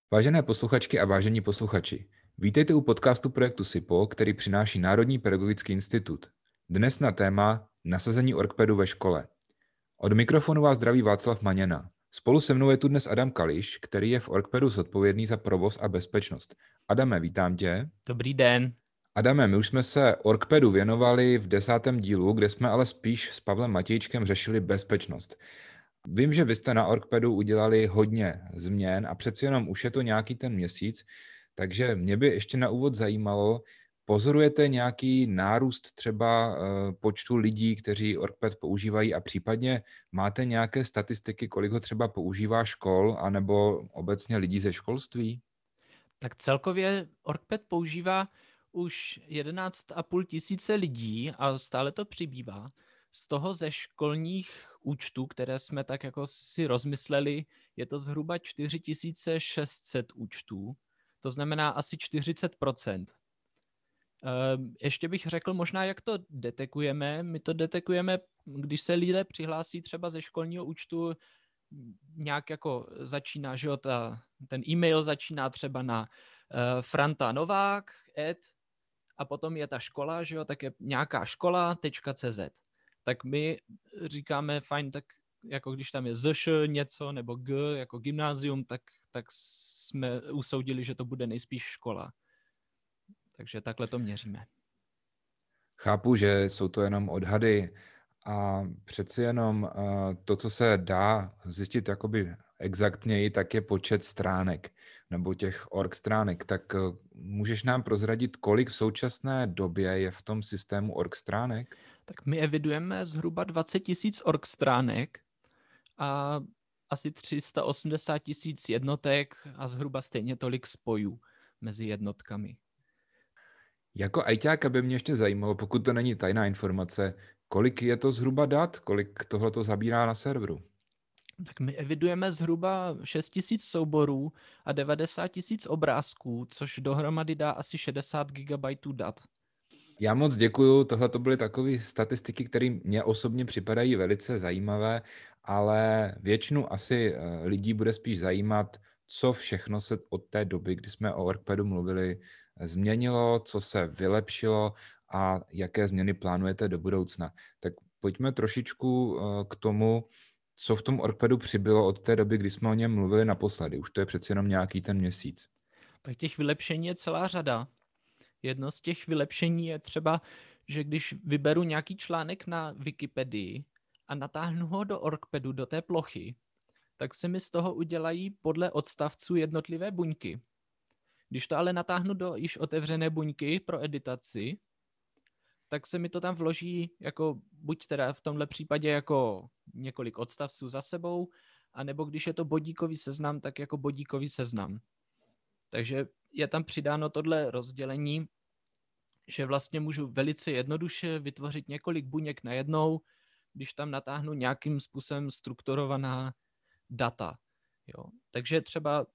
Vážené posluchačky a vážení posluchači, vítejte u podcastu projektu SIPO, který přináší Národní pedagogický institut. Dnes na téma nasazení orgpedu ve škole. Od mikrofonu vás zdraví Václav Maněna. Spolu se mnou je tu dnes Adam Kališ, který je v orgpedu zodpovědný za provoz a bezpečnost. Adame, vítám tě. Dobrý den. Adame, my už jsme se orgpedu věnovali v 10. dílu, kde jsme ale spíš s Pavlem Matějčkem řešili bezpečnost. Vím, že vy jste na orgpedu udělali hodně změn a přeci jenom už je to nějaký ten měsíc, takže mě by ještě na úvod zajímalo, pozorujete nějaký nárůst třeba počtu lidí, kteří orgped používají a případně máte nějaké statistiky, kolik ho třeba používá škol anebo obecně lidí ze školství? Tak celkově orgped používá už 11,5 tisíce lidí a stále to přibývá. Z toho ze školních účtů, které jsme tak jako si rozmysleli, je to zhruba 4600 účtů. To znamená asi 40%. Ještě bych řekl možná, jak to detekujeme. My to detekujeme, když se lidé přihlásí třeba ze školního účtu, nějak jako začíná, že jo, ten e-mail začíná třeba na Franta Novák, a potom je ta škola, že jo, tak je nějaká škola.cz. Tak my říkáme, fajn, tak jako když tam je ZŠ něco, nebo G jako gymnázium, tak jsme usoudili, že to bude nejspíš škola. Takže takhle to měříme. Chápu, že jsou to jenom odhady a přeci jenom to, co se dá zjistit jakoby exaktněji, tak je počet stránek nebo těch org stránek. Tak můžeš nám prozradit, kolik v současné době je v tom systému org stránek? Tak my evidujeme zhruba 20 000 org stránek a asi 380 000 jednotek a zhruba stejně tolik spojů mezi jednotkami. Jako ajťáka by mě ještě zajímalo, pokud to není tajná informace, kolik je to zhruba dat, kolik tohle to zabírá na serveru? Tak my evidujeme zhruba 6 000 souborů a 90 000 obrázků, což dohromady dá asi 60 GB dat. Já moc děkuju, tohle to byly takové statistiky, které mě osobně připadají velice zajímavé, ale většinu asi lidí bude spíš zajímat, co všechno se od té doby, kdy jsme o orgpedu mluvili, změnilo, co se vylepšilo a jaké změny plánujete do budoucna. Tak pojďme trošičku k tomu, co v tom orgpedu přibylo od té doby, kdy jsme o něm mluvili naposledy. Už to je přeci jenom nějaký ten měsíc. Tak těch vylepšení je celá řada. Jedno z těch vylepšení je třeba, že když vyberu nějaký článek na Wikipedii a natáhnu ho do orgpedu, do té plochy, tak se mi z toho udělají podle odstavců jednotlivé buňky. Když to ale natáhnu do již otevřené buňky pro editaci, tak se mi to tam vloží jako buď teda v tomhle případě jako několik odstavců za sebou, anebo když je to bodíkový seznam, tak jako bodíkový seznam. Takže je tam přidáno tohle rozdělení, že vlastně můžu velice jednoduše vytvořit několik buněk najednou, když tam natáhnu nějakým způsobem strukturovaná data. Jo. Takže třeba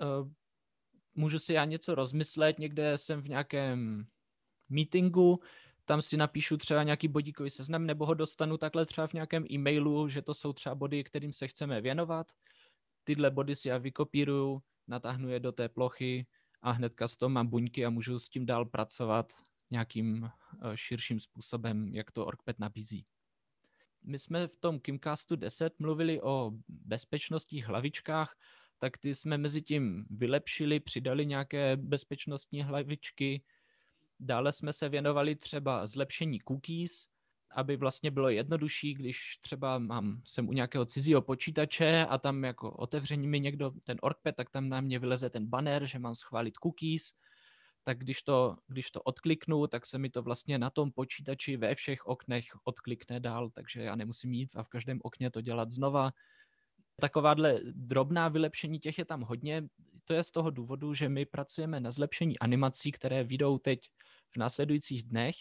můžu si já něco rozmyslet, někde jsem v nějakém meetingu, tam si napíšu třeba nějaký bodíkový seznam, nebo ho dostanu takhle třeba v nějakém e-mailu, že to jsou třeba body, kterým se chceme věnovat. Tyhle body si já vykopíruju, natáhnu je do té plochy a hnedka z toho mám buňky a můžu s tím dál pracovat nějakým širším způsobem, jak to orgped nabízí. My jsme v tom Kimcastu 10 mluvili o bezpečnostních hlavičkách, tak ty jsme mezi tím vylepšili, přidali nějaké bezpečnostní hlavičky. Dále jsme se věnovali třeba zlepšení cookies, aby vlastně bylo jednodušší, když třeba jsem u nějakého cizího počítače a tam jako otevření mi někdo ten orgped, tak tam na mě vyleze ten banner, že mám schválit cookies. Tak když to odkliknu, tak se mi to vlastně na tom počítači ve všech oknech odklikne dál, takže já nemusím jít a v každém okně to dělat znova. Takováhle drobná vylepšení, těch je tam hodně. To je z toho důvodu, že my pracujeme na zlepšení animací, které vyjdou teď v následujících dnech.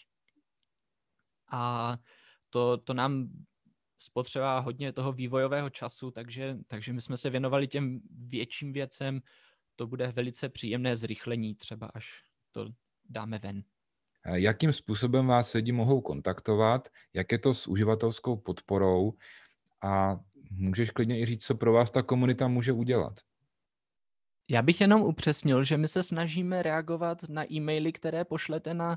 A to nám spotřebá hodně toho vývojového času, takže my jsme se věnovali těm větším věcem. To bude velice příjemné zrychlení, třeba až to dáme ven. Jakým způsobem vás lidi mohou kontaktovat, jak je to s uživatelskou podporou a můžeš klidně i říct, co pro vás ta komunita může udělat? Já bych jenom upřesnil, že my se snažíme reagovat na e-maily, které pošlete na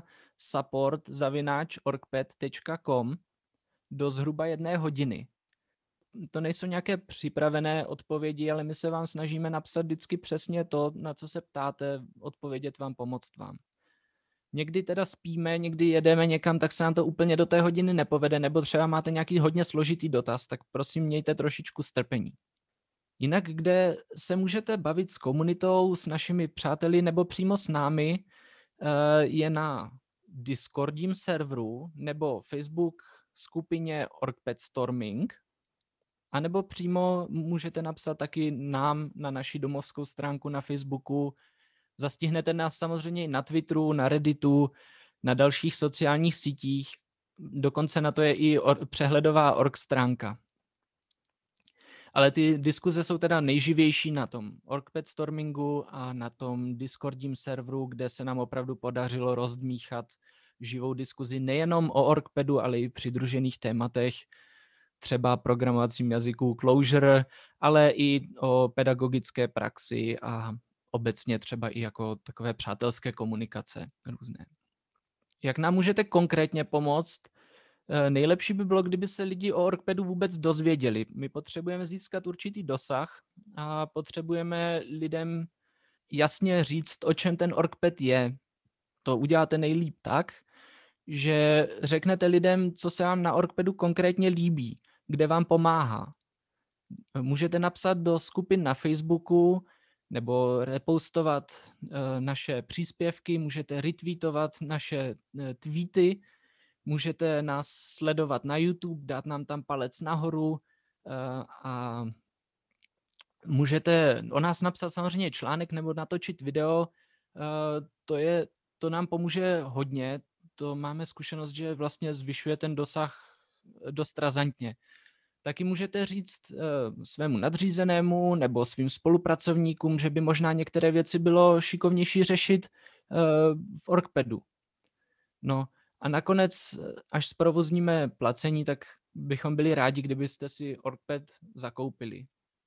support@orgped.com do zhruba 1 hodiny. To nejsou nějaké připravené odpovědi, ale my se vám snažíme napsat vždycky přesně to, na co se ptáte, odpovědět vám, pomoct vám. Někdy teda spíme, někdy jedeme někam, tak se nám to úplně do té hodiny nepovede, nebo třeba máte nějaký hodně složitý dotaz, tak prosím mějte trošičku strpení. Jinak, kde se můžete bavit s komunitou, s našimi přáteli nebo přímo s námi, je na Discordím serveru nebo Facebook skupině OrgPedStorming, anebo přímo můžete napsat taky nám na naši domovskou stránku na Facebooku. Zastihnete nás samozřejmě i na Twitteru, na Redditu, na dalších sociálních sítích. Dokonce na to je i přehledová org stránka. Ale ty diskuze jsou teda nejživější na tom OrgPedStormingu a na tom Discordím serveru, kde se nám opravdu podařilo rozdmíchat živou diskuzi nejenom o OrgPedu, ale i přidružených tématech, třeba programovacím jazyku Clojure, ale i o pedagogické praxi a obecně třeba i jako takové přátelské komunikace různé. Jak nám můžete konkrétně pomoct? Nejlepší by bylo, kdyby se lidi o OrgPedu vůbec dozvěděli. My potřebujeme získat určitý dosah a potřebujeme lidem jasně říct, o čem ten OrgPed je. To uděláte nejlíp tak, že řeknete lidem, co se vám na OrgPedu konkrétně líbí, kde vám pomáhá. Můžete napsat do skupin na Facebooku nebo repostovat naše příspěvky, můžete retweetovat naše tweety, můžete nás sledovat na YouTube, dát nám tam palec nahoru a můžete o nás napsat samozřejmě článek nebo natočit video. To nám pomůže hodně. To máme zkušenost, že vlastně zvyšuje ten dosah dost razantně. Taky můžete říct svému nadřízenému nebo svým spolupracovníkům, že by možná některé věci bylo šikovnější řešit v OrgPedu. No a nakonec, až zprovozníme placení, tak bychom byli rádi, kdybyste si OrgPed zakoupili.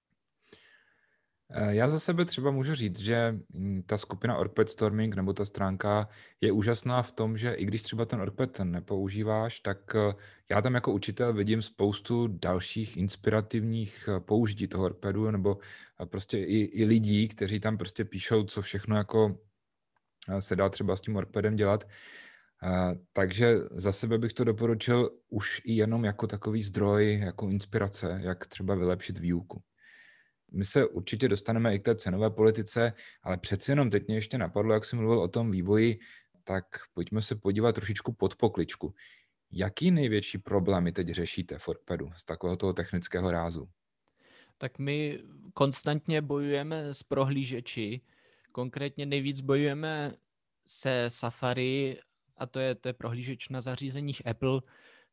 Já za sebe třeba můžu říct, že ta skupina OrgPedStorming nebo ta stránka je úžasná v tom, že i když třeba ten OrgPed nepoužíváš, tak já tam jako učitel vidím spoustu dalších inspirativních použití toho OrgPedu nebo prostě i lidí, kteří tam prostě píšou, co všechno jako se dá třeba s tím OrgPedem dělat. Takže za sebe bych to doporučil už i jenom jako takový zdroj, jako inspirace, jak třeba vylepšit výuku. My se určitě dostaneme i k té cenové politice, ale přeci jenom teď mě ještě napadlo, jak jsem mluvil o tom vývoji, tak pojďme se podívat trošičku pod pokličku. Jaký největší problémy teď řešíte v OrgPedu z takového toho technického rázu? Tak my konstantně bojujeme s prohlížeči. Konkrétně nejvíc bojujeme se Safari, a to je prohlížeč na zařízeních Apple.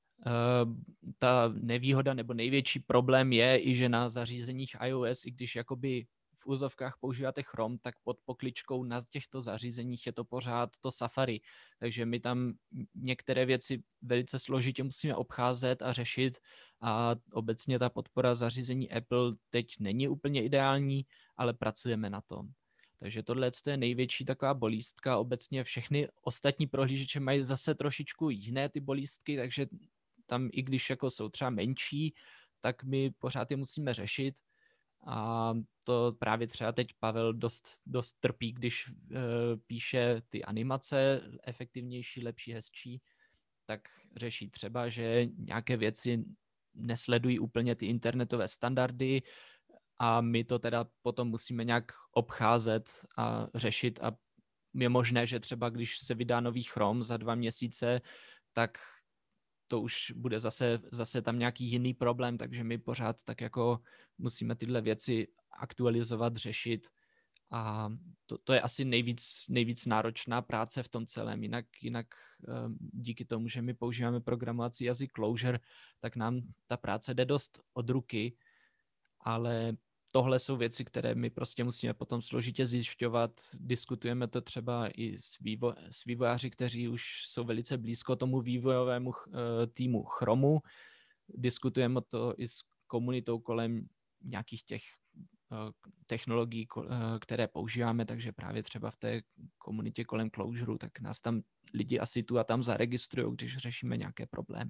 Ta nevýhoda nebo největší problém je i, že na zařízeních iOS, i když jakoby v úzovkách používáte Chrome, tak pod pokličkou na těchto zařízeních je to pořád to Safari. Takže my tam některé věci velice složitě musíme obcházet a řešit a obecně ta podpora zařízení Apple teď není úplně ideální, ale pracujeme na tom. Takže tohle je největší taková bolístka. Obecně všechny ostatní prohlížeče mají zase trošičku jiné ty bolístky, takže tam i když jako jsou třeba menší, tak my pořád je musíme řešit. A to právě třeba teď Pavel dost trpí, když píše ty animace efektivnější, lepší, hezčí, tak řeší třeba, že nějaké věci nesledují úplně ty internetové standardy a my to teda potom musíme nějak obcházet a řešit a je možné, že třeba když se vydá nový Chrome za 2 měsíce, tak to už bude zase tam nějaký jiný problém, takže my pořád tak jako musíme tyhle věci aktualizovat, řešit a to je asi nejvíc náročná práce v tom celém. Jinak díky tomu, že my používáme programovací jazyk Clojure, tak nám ta práce jde dost od ruky, ale tohle jsou věci, které my prostě musíme potom složitě zjišťovat. Diskutujeme to třeba i s vývojáři, kteří už jsou velice blízko tomu vývojovému týmu Chromu. Diskutujeme to i s komunitou kolem nějakých těch technologií, které používáme, takže právě třeba v té komunitě kolem Clojure, tak nás tam lidi asi tu a tam zaregistrují, když řešíme nějaké problémy.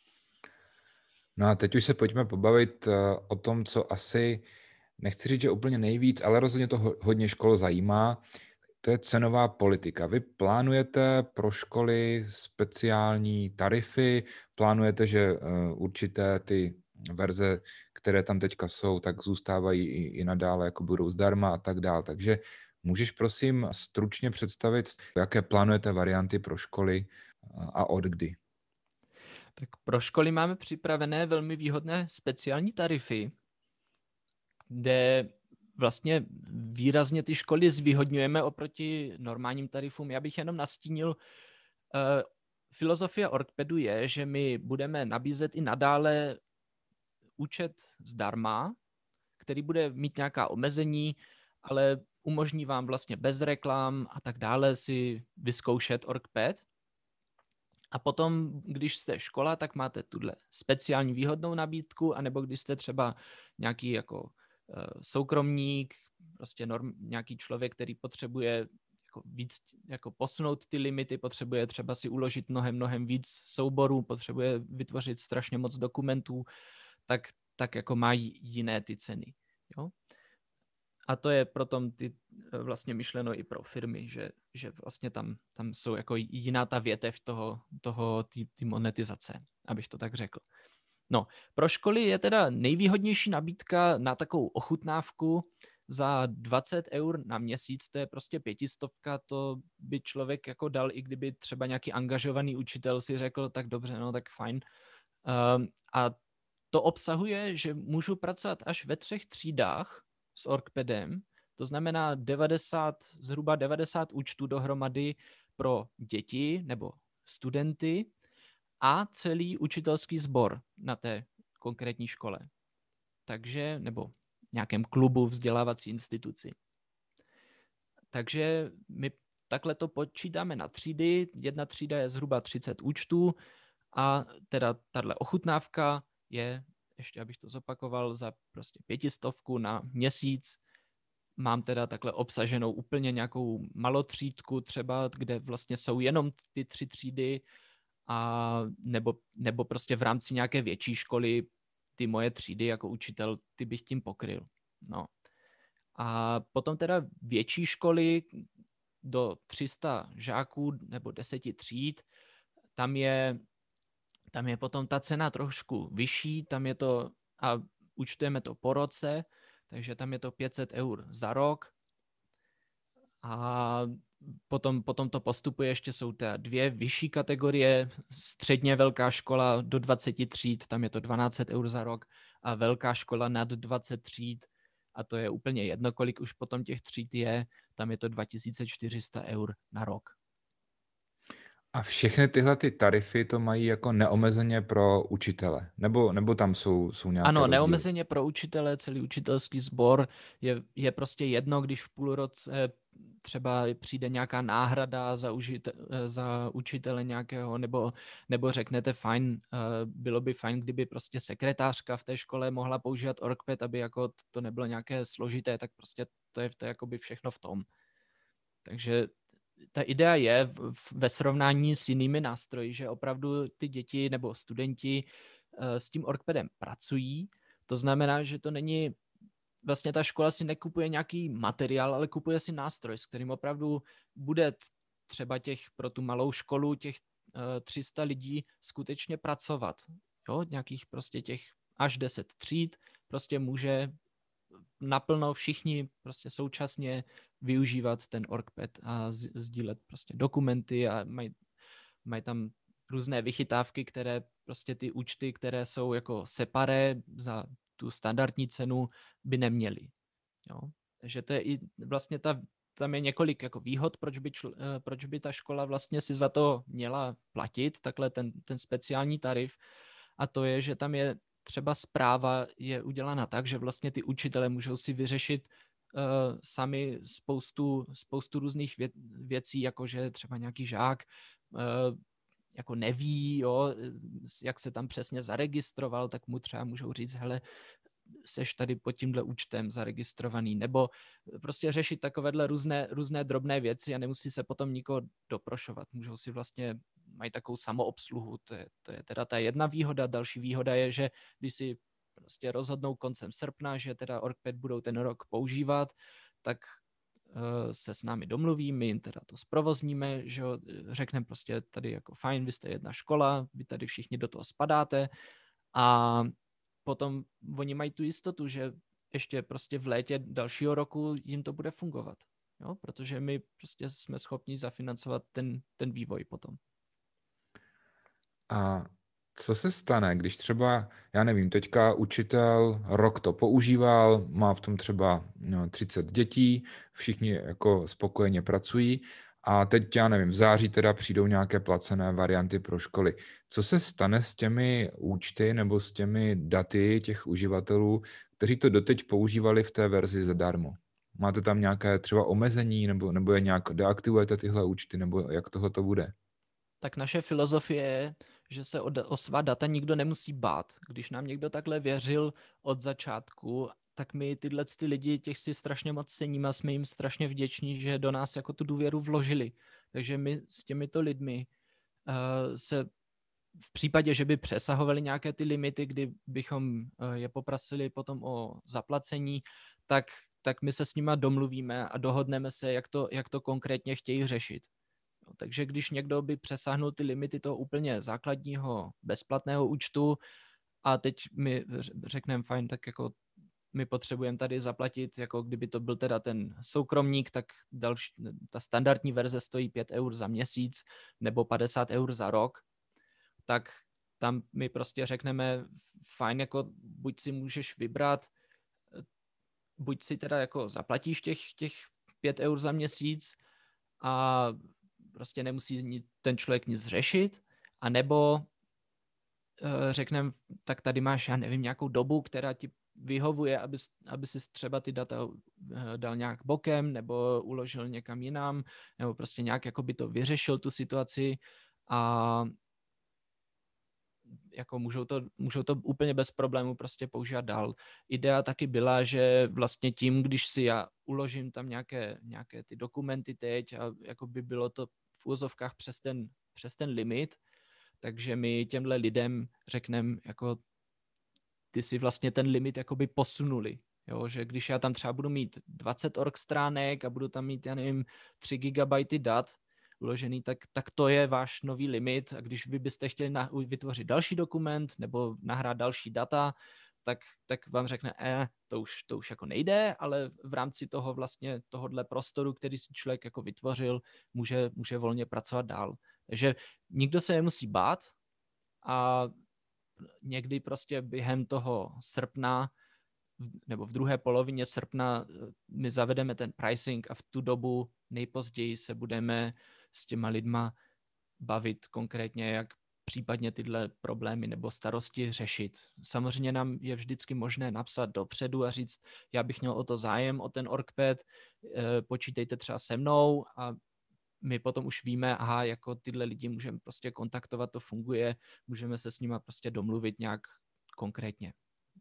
No a teď už se pojďme pobavit o tom, co asi, nechci říct, že úplně nejvíc, ale rozhodně to hodně škol zajímá. To je cenová politika. Vy plánujete pro školy speciální tarify, plánujete, že určité ty verze, které tam teďka jsou, tak zůstávají i nadále, jako budou zdarma a tak dál. Takže můžeš prosím stručně představit, jaké plánujete varianty pro školy a od kdy? Tak pro školy máme připravené velmi výhodné speciální tarify, kde vlastně výrazně ty školy zvýhodňujeme oproti normálním tarifům. Já bych jenom nastínil, filozofie Orkpedu je, že my budeme nabízet i nadále účet zdarma, který bude mít nějaká omezení, ale umožní vám vlastně bez reklam a tak dále si vyzkoušet Orkped. A potom, když jste škola, tak máte tuhle speciální výhodnou nabídku, anebo když jste třeba nějaký jako soukromník, prostě nějaký člověk, který potřebuje jako víc jako posunout ty limity, potřebuje třeba si uložit mnohem víc souborů, potřebuje vytvořit strašně moc dokumentů, tak jako mají jiné ty ceny. Jo? A to je potom vlastně myšleno i pro firmy, že vlastně tam jsou jako jiná ta větev ty monetizace, abych to tak řekl. No, pro školy je teda nejvýhodnější nabídka na takovou ochutnávku za 20 eur na měsíc, to je prostě 500, to by člověk jako dal, i kdyby třeba nějaký angažovaný učitel si řekl, tak dobře, no tak fajn. A to obsahuje, že můžu pracovat až ve 3 třídách s Orkpedem, to znamená zhruba 90 účtů dohromady pro děti nebo studenty a celý učitelský sbor na té konkrétní škole. Takže, nebo nějakém klubu, vzdělávací instituci. Takže my takhle to počítáme na třídy. Jedna třída je zhruba 30 účtů a teda tahle ochutnávka je, ještě abych to zopakoval, za prostě 500 na měsíc. Mám teda takhle obsaženou úplně nějakou malotřídku třeba, kde vlastně jsou jenom ty 3 třídy, a nebo prostě v rámci nějaké větší školy ty moje třídy jako učitel, ty bych tím pokryl. No. A potom teda větší školy do 300 žáků nebo 10 tříd, tam je potom ta cena trošku vyšší, tam je to, a účtujeme to po roce, takže tam je to 500 eur za rok. A potom to postupuje, ještě jsou teda 2 vyšší kategorie, středně velká škola do 20 tříd, tam je to 1200 eur za rok, a velká škola nad 20 tříd, a to je úplně jedno, kolik už potom těch tříd je, tam je to 2400 eur na rok. A všechny tyhle ty tarify to mají jako neomezeně pro učitele? Nebo tam jsou nějaké Ano, rozdíly? neomezeně pro učitele, celý učitelský sbor je prostě jedno, když v půlroce třeba přijde nějaká náhrada za učitele nějakého, nebo řeknete fajn, bylo by fajn, kdyby prostě sekretářka v té škole mohla používat Orkped, aby jako to nebylo nějaké složité, tak prostě to je jakoby všechno v tom. Takže ta idea je ve srovnání s jinými nástroji, že opravdu ty děti nebo studenti s tím Orkpedem pracují. To znamená, že to není, vlastně ta škola si nekupuje nějaký materiál, ale kupuje si nástroj, s kterým opravdu bude třeba pro tu malou školu těch 300 lidí skutečně pracovat. Jo? Nějakých prostě těch až 10 tříd prostě může naplno všichni prostě současně využívat ten Orkped a sdílet prostě dokumenty a mají tam různé vychytávky, které prostě ty účty, které jsou jako separé za tu standardní cenu, by neměly. Jo? Takže to je i vlastně tam je několik jako výhod, proč by ta škola vlastně si za to měla platit, takhle ten speciální tarif, a to je, že tam je třeba správa je udělána tak, že vlastně ty učitelé můžou si vyřešit sami spoustu různých věcí, jakože třeba nějaký žák jako neví, jo, jak se tam přesně zaregistroval, tak mu třeba můžou říct, hele, seš tady pod tímhle účtem zaregistrovaný, nebo prostě řešit takovéhle různé drobné věci a nemusí se potom nikoho doprošovat. Můžou si vlastně, mají takovou samoobsluhu, to je teda ta jedna výhoda. Další výhoda je, že když si prostě rozhodnou koncem srpna, že teda OrgPed budou ten rok používat, tak se s námi domluví, my jim teda to zprovozníme, že řekneme prostě tady jako fajn, vy jste jedna škola, vy tady všichni do toho spadáte a potom oni mají tu jistotu, že ještě prostě v létě dalšího roku jim to bude fungovat, jo? Protože my prostě jsme schopni zafinancovat ten vývoj potom. A co se stane, když třeba, já nevím, teďka učitel rok to používal, má v tom třeba 30 dětí, všichni jako spokojeně pracují a teď, já nevím, v září teda přijdou nějaké placené varianty pro školy. Co se stane s těmi účty nebo s těmi daty těch uživatelů, kteří to doteď používali v té verzi zadarmo? Máte tam nějaké třeba omezení nebo je nějak deaktivujete tyhle účty nebo jak tohle to bude? Tak naše filozofie je, že se o svá data nikdo nemusí bát. Když nám někdo takhle věřil od začátku, tak my tyhle lidi, těch si strašně moc ceníme a jsme jim strašně vděční, že do nás jako tu důvěru vložili. Takže my s těmito lidmi se v případě, že by přesahovali nějaké ty limity, kdy bychom je poprosili potom o zaplacení, tak my se s nima domluvíme a dohodneme se, jak to konkrétně chtějí řešit. Takže když někdo by přesáhnul ty limity toho úplně základního bezplatného účtu a teď my řekneme fajn, tak jako my potřebujeme tady zaplatit, jako kdyby to byl teda ten soukromník, tak ta standardní verze stojí 5 eur za měsíc nebo 50 eur za rok, tak tam my prostě řekneme fajn, jako buď si můžeš vybrat, buď si teda jako zaplatíš těch 5 eur za měsíc a prostě nemusí ten člověk nic řešit, anebo řekneme, tak tady máš, já nevím, nějakou dobu, která ti vyhovuje, aby si třeba ty data dal nějak bokem, nebo uložil někam jinam, nebo prostě nějak jako by to vyřešil tu situaci a jako můžou to úplně bez problémů prostě používat dál. Idea taky byla, že vlastně tím, když si já uložím tam nějaké ty dokumenty teď a jako by bylo to v úvozovkách přes ten limit, takže my těmhle lidem řekneme, jako ty si vlastně ten limit jakoby posunuli. Jo, že když já tam třeba budu mít 20 org stránek a budu tam mít, já nevím, 3 GB dat uložený, tak to je váš nový limit a když vy byste chtěli vytvořit další dokument nebo nahrát další data, tak vám řekne, to už jako nejde, ale v rámci toho vlastně tohodle prostoru, který si člověk jako vytvořil, může volně pracovat dál. Takže nikdo se nemusí bát a někdy prostě během toho srpna nebo v druhé polovině srpna my zavedeme ten pricing a v tu dobu nejpozději se budeme s těma lidma bavit konkrétně, jak případně tyhle problémy nebo starosti řešit. Samozřejmě nám je vždycky možné napsat dopředu a říct, já bych měl o to zájem, o ten OrgPed, počítejte třeba se mnou a my potom už víme, jako tyhle lidi můžeme prostě kontaktovat, to funguje, můžeme se s nima prostě domluvit nějak konkrétně.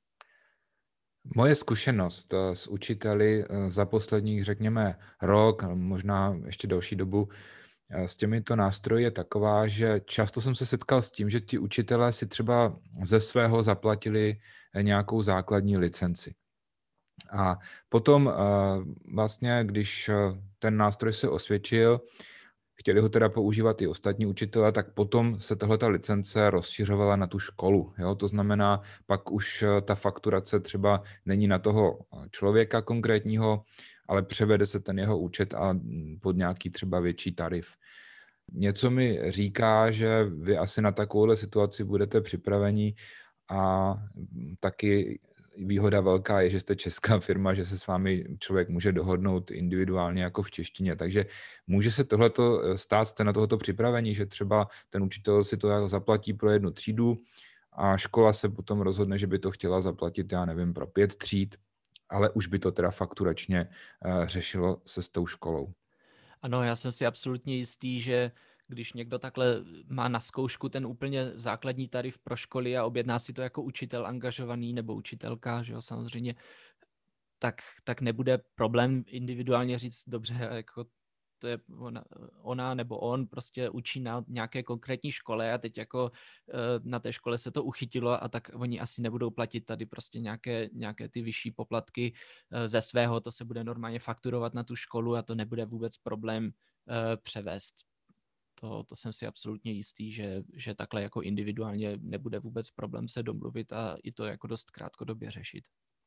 Moje zkušenost s učiteli za posledních, řekněme, rok, možná ještě další dobu, s těmito nástroji je taková, že často jsem se setkal s tím, že ti učitelé si třeba ze svého zaplatili nějakou základní licenci. A potom vlastně, když ten nástroj se osvědčil, chtěli ho teda používat i ostatní učitelé, tak potom se tahleta licence rozšiřovala na tu školu. Jo? To znamená, pak už ta fakturace třeba není na toho člověka konkrétního, ale převede se ten jeho účet a pod nějaký třeba větší tarif. Něco mi říká, že vy asi na takovouhle situaci budete připraveni a taky výhoda velká je, že jste česká firma, že se s vámi člověk může dohodnout individuálně jako v češtině. Takže může se tohleto stát, jste na tohleto připravení, že třeba ten učitel si to zaplatí pro 1 třídu a škola se potom rozhodne, že by to chtěla zaplatit, já nevím, pro 5 tříd, ale už by to teda fakturačně řešilo se s tou školou. Ano, já jsem si absolutně jistý, že když někdo takhle má na zkoušku ten úplně základní tarif pro školy a objedná si to jako učitel angažovaný nebo učitelka, že jo, samozřejmě, tak nebude problém individuálně říct, dobře, jako to je ona nebo on prostě učí na nějaké konkrétní škole a teď jako na té škole se to uchytilo a tak oni asi nebudou platit tady prostě nějaké ty vyšší poplatky ze svého, to se bude normálně fakturovat na tu školu a to nebude vůbec problém převést. To jsem si absolutně jistý, že takhle jako individuálně nebude vůbec problém se domluvit a i to jako dost krátkodobě řešit.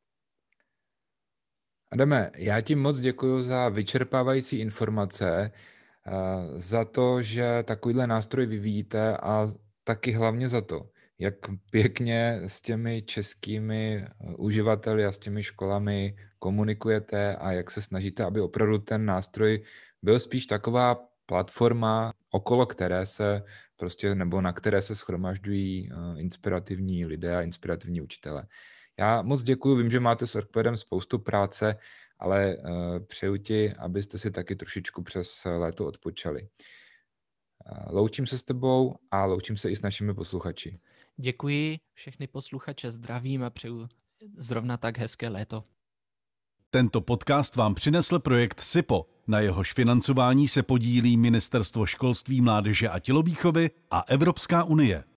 Adame, já ti moc děkuji za vyčerpávající informace, za to, že takovýhle nástroj vyvíjíte a taky hlavně za to, jak pěkně s těmi českými uživateli a s těmi školami komunikujete a jak se snažíte, aby opravdu ten nástroj byl spíš taková platforma, okolo které se prostě, nebo na které se shromažďují inspirativní lidé a inspirativní učitelé. Já moc děkuji, vím, že máte s Orkpedem spoustu práce, ale přeju ti, abyste si taky trošičku přes léto odpočali. Loučím se s tebou a loučím se i s našimi posluchači. Děkuji, všechny posluchače zdravím a přeju zrovna tak hezké léto. Tento podcast vám přinesl projekt SIPO. Na jehož financování se podílí Ministerstvo školství, mládeže a tělovýchovy a Evropská unie.